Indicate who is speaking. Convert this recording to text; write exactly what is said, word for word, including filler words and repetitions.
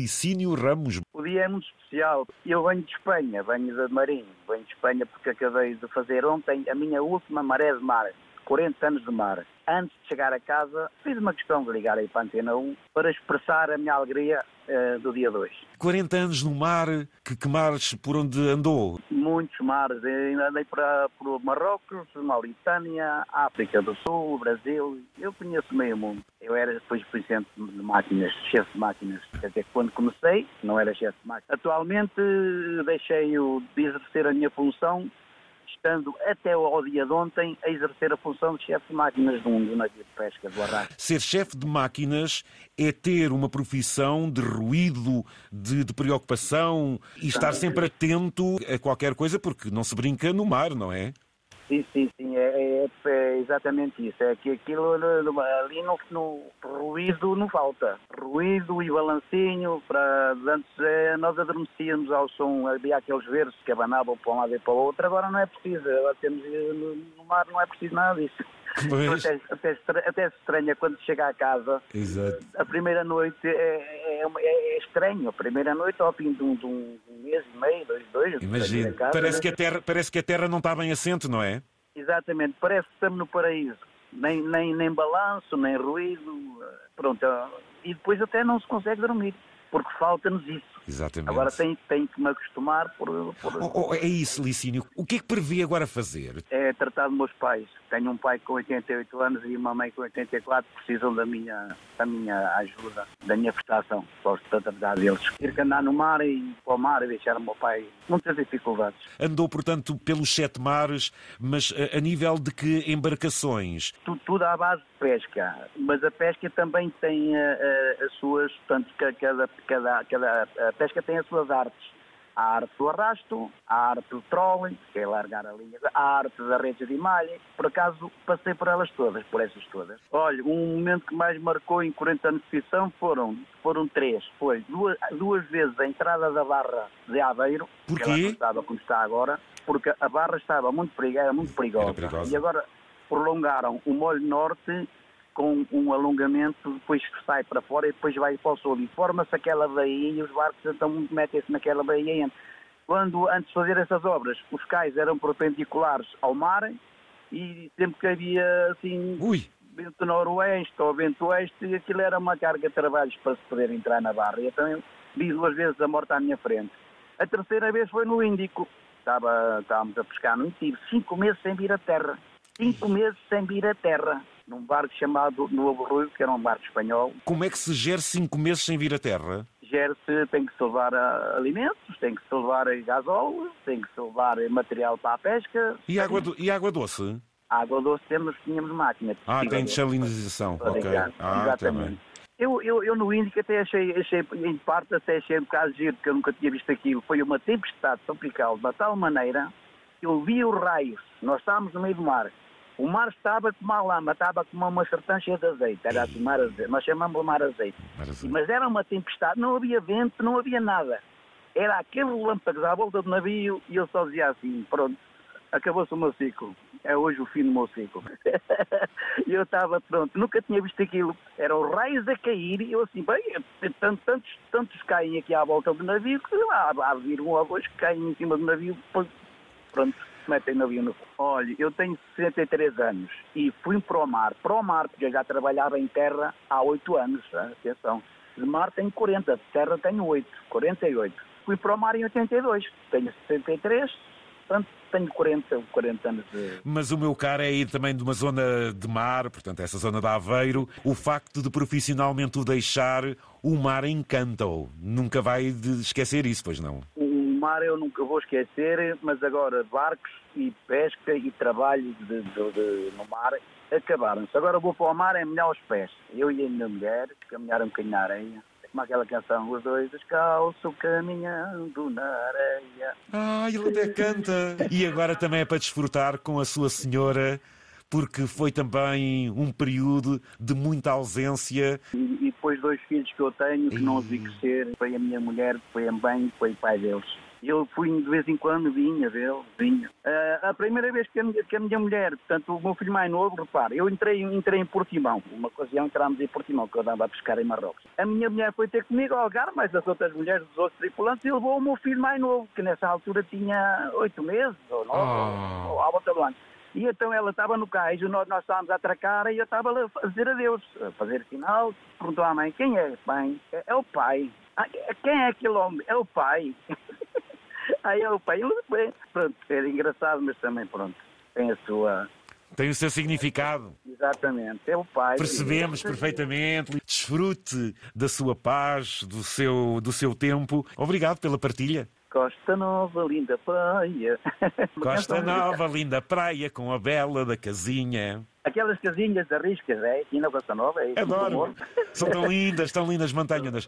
Speaker 1: Licínio Ramos.
Speaker 2: O dia é muito especial. Eu venho de Espanha, venho de Marinho, venho de Espanha porque acabei de fazer ontem a minha última maré de mar, quarenta anos de mar. Antes de chegar a casa, fiz uma questão de ligar aí para a Antena um para expressar a minha alegria uh, do dia dois.
Speaker 1: quarenta anos no mar, que, que mares por onde andou?
Speaker 2: Muitos mares, eu andei para, por Marrocos, Mauritânia, África do Sul, Brasil, eu conheço meio mundo. Eu era depois presidente de máquinas, chefe de máquinas, quer dizer, quando comecei não era chefe de máquinas. Atualmente deixei de exercer a minha função, estando até ao dia de ontem a exercer a função de chefe de máquinas de um navio de pesca do Arrasto.
Speaker 1: Ser chefe de máquinas é ter uma profissão de ruído, de, de preocupação e estar sempre atento a qualquer coisa, porque não se brinca no mar, não é?
Speaker 2: Sim, sim, sim, é, é, é exatamente isso. É que aquilo ali no, no ruído não falta. Ruído e balancinho, para antes é, nós adormecíamos ao som, havia aqueles versos que abanavam para um lado e para o outro, agora não é preciso, agora temos no, no mar não é preciso nada disso. Até, até, até se estranha quando chega à casa.
Speaker 1: Exato.
Speaker 2: A primeira noite é, é, é estranho, a primeira noite ao fim de um, de um mês e meio, dois, dois.
Speaker 1: Imagina, casa, parece, que a terra, parece que a terra não está bem assente, não é?
Speaker 2: Exatamente, parece que estamos no paraíso. Nem, nem, nem balanço, nem ruído, pronto. E depois até não se consegue dormir, porque falta-nos isso.
Speaker 1: Exatamente.
Speaker 2: Agora tem, tem que me acostumar por... por...
Speaker 1: Oh, oh, é isso, Licínio. O que é que prevê agora fazer?
Speaker 2: É tratar dos meus pais. Tenho um pai com oitenta e oito anos e uma mãe com oitenta e quatro, precisam da minha, da minha ajuda, da minha prestação. Gosto de tratar deles. Ir andar no mar e ir para o mar e deixar o meu pai muitas dificuldades.
Speaker 1: Andou, portanto, pelos sete mares, mas a, a nível de que embarcações?
Speaker 2: Tudo, tudo à base de pesca, mas a pesca também tem uh, uh, as suas, portanto, cada, cada, cada a pesca tem as suas artes. A arte do arrasto, a arte do trolling, que é largar a linha, a arte da rede de malha. Por acaso passei por elas todas, por essas todas. Olha, um momento que mais marcou em quarenta anos de profissão foram, foram três. Foi duas, duas vezes a entrada da barra de Aveiro,
Speaker 1: Por
Speaker 2: que ela não
Speaker 1: quê?
Speaker 2: estava como está agora, porque a barra estava muito perigosa, era muito perigosa.
Speaker 1: Era perigosa.
Speaker 2: E agora prolongaram o molho norte com um alongamento, depois sai para fora e depois vai para o sul. E forma-se aquela baía e os barcos então metem-se naquela baía. Quando, antes de fazer essas obras, os cais eram perpendiculares ao mar e sempre que havia assim
Speaker 1: Ui.
Speaker 2: vento noroeste ou vento oeste, e aquilo era uma carga de trabalhos para se poder entrar na barra. E então eu vi duas vezes a morte à minha frente. A terceira vez foi no Índico. Estava, estávamos a pescar no Índico. Cinco meses sem vir a terra. Cinco meses sem vir a terra. Num barco chamado Novo Rui, que era um barco espanhol.
Speaker 1: Como é que se gera cinco meses sem vir a terra?
Speaker 2: Gera-se, tem que se levar uh, alimentos, tem que se levar gasóleo, tem que se levar material para a pesca.
Speaker 1: E água, do, e água doce?
Speaker 2: Água doce temos, tínhamos máquina.
Speaker 1: Ah, tem desalinização. Ok. Ah,
Speaker 2: exatamente.
Speaker 1: também.
Speaker 2: Eu, eu, eu no Índico até achei, achei, em parte até achei um bocado giro, porque eu nunca tinha visto aquilo. Foi uma tempestade tropical de tal maneira que eu vi os raios. Nós estávamos no meio do mar. O mar estava como uma lama, estava como uma sertã cheia de azeite. Era assim, mar azeite. Nós chamamos de mar azeite.
Speaker 1: Mar azeite.
Speaker 2: Mas era uma tempestade, não havia vento, não havia nada. Era aquele relâmpagos à volta do navio e eu só dizia assim, pronto, acabou-se o meu ciclo. É hoje o fim do meu ciclo. E eu estava pronto, nunca tinha visto aquilo. Eram raios a cair e eu assim, bem, tantos, tantos, tantos caem aqui à volta do navio que lá há vir um ou dois que caem em cima do navio, pronto. Metem no avião. Olha, eu tenho sessenta e três anos e fui para o mar, para o mar, porque eu já trabalhava em terra há oito anos, atenção. De mar tenho quarenta, de terra tenho oito, quarenta e oito. Fui para o mar em oitenta e dois, tenho sessenta e três, portanto tenho quarenta, quarenta anos de...
Speaker 1: Mas o meu caro é ir também de uma zona de mar, portanto essa zona de Aveiro, o facto de profissionalmente o deixar, o mar encanta-o. Nunca vai de esquecer isso, pois não?
Speaker 2: O mar eu nunca vou esquecer, mas agora barcos e pesca e trabalho de, de, de, no mar acabaram-se. Agora vou para o mar é molhar os pés. Eu e a minha mulher caminhar um bocadinho na areia. Como aquela canção, os dois descalços caminhando na areia.
Speaker 1: Ah, ele até canta! E agora também é para desfrutar com a sua senhora, porque foi também um período de muita ausência.
Speaker 2: E, e depois dois filhos que eu tenho, que e... não os vi crescer, foi a minha mulher, foi a mãe, foi o pai deles. Eu fui de vez em quando, vinha dele, vinha. Uh, a primeira vez que a, minha, que a minha mulher, portanto, o meu filho mais novo, repara, eu entrei, entrei em Portimão, uma ocasião entrámos em Portimão, que eu andava a pescar em Marrocos. A minha mulher foi ter comigo ao Algarve, mas as outras mulheres dos outros tripulantes, e levou o meu filho mais novo, que nessa altura tinha oito meses, ou nove, oh. ou, ou à volta do ano. E então ela estava no cais, nós, nós estávamos a atracar e eu estava a fazer adeus, a fazer sinal. Perguntou à mãe, quem é, mãe? É, é o pai. Ah, quem é aquele homem? É o pai. Aí é o pai. Pronto, era engraçado, mas também, pronto, tem a sua...
Speaker 1: Tem o seu significado.
Speaker 2: Exatamente, é o pai.
Speaker 1: Percebemos perfeitamente. Desfrute da sua paz, do seu, do seu tempo. Obrigado pela partilha.
Speaker 2: Costa Nova, linda praia.
Speaker 1: Costa Nova, linda praia, com a bela da casinha.
Speaker 2: Aquelas casinhas de riscas, é? Aqui na Costa Nova. É?
Speaker 1: Adoro. São tão lindas, tão lindas montanhas.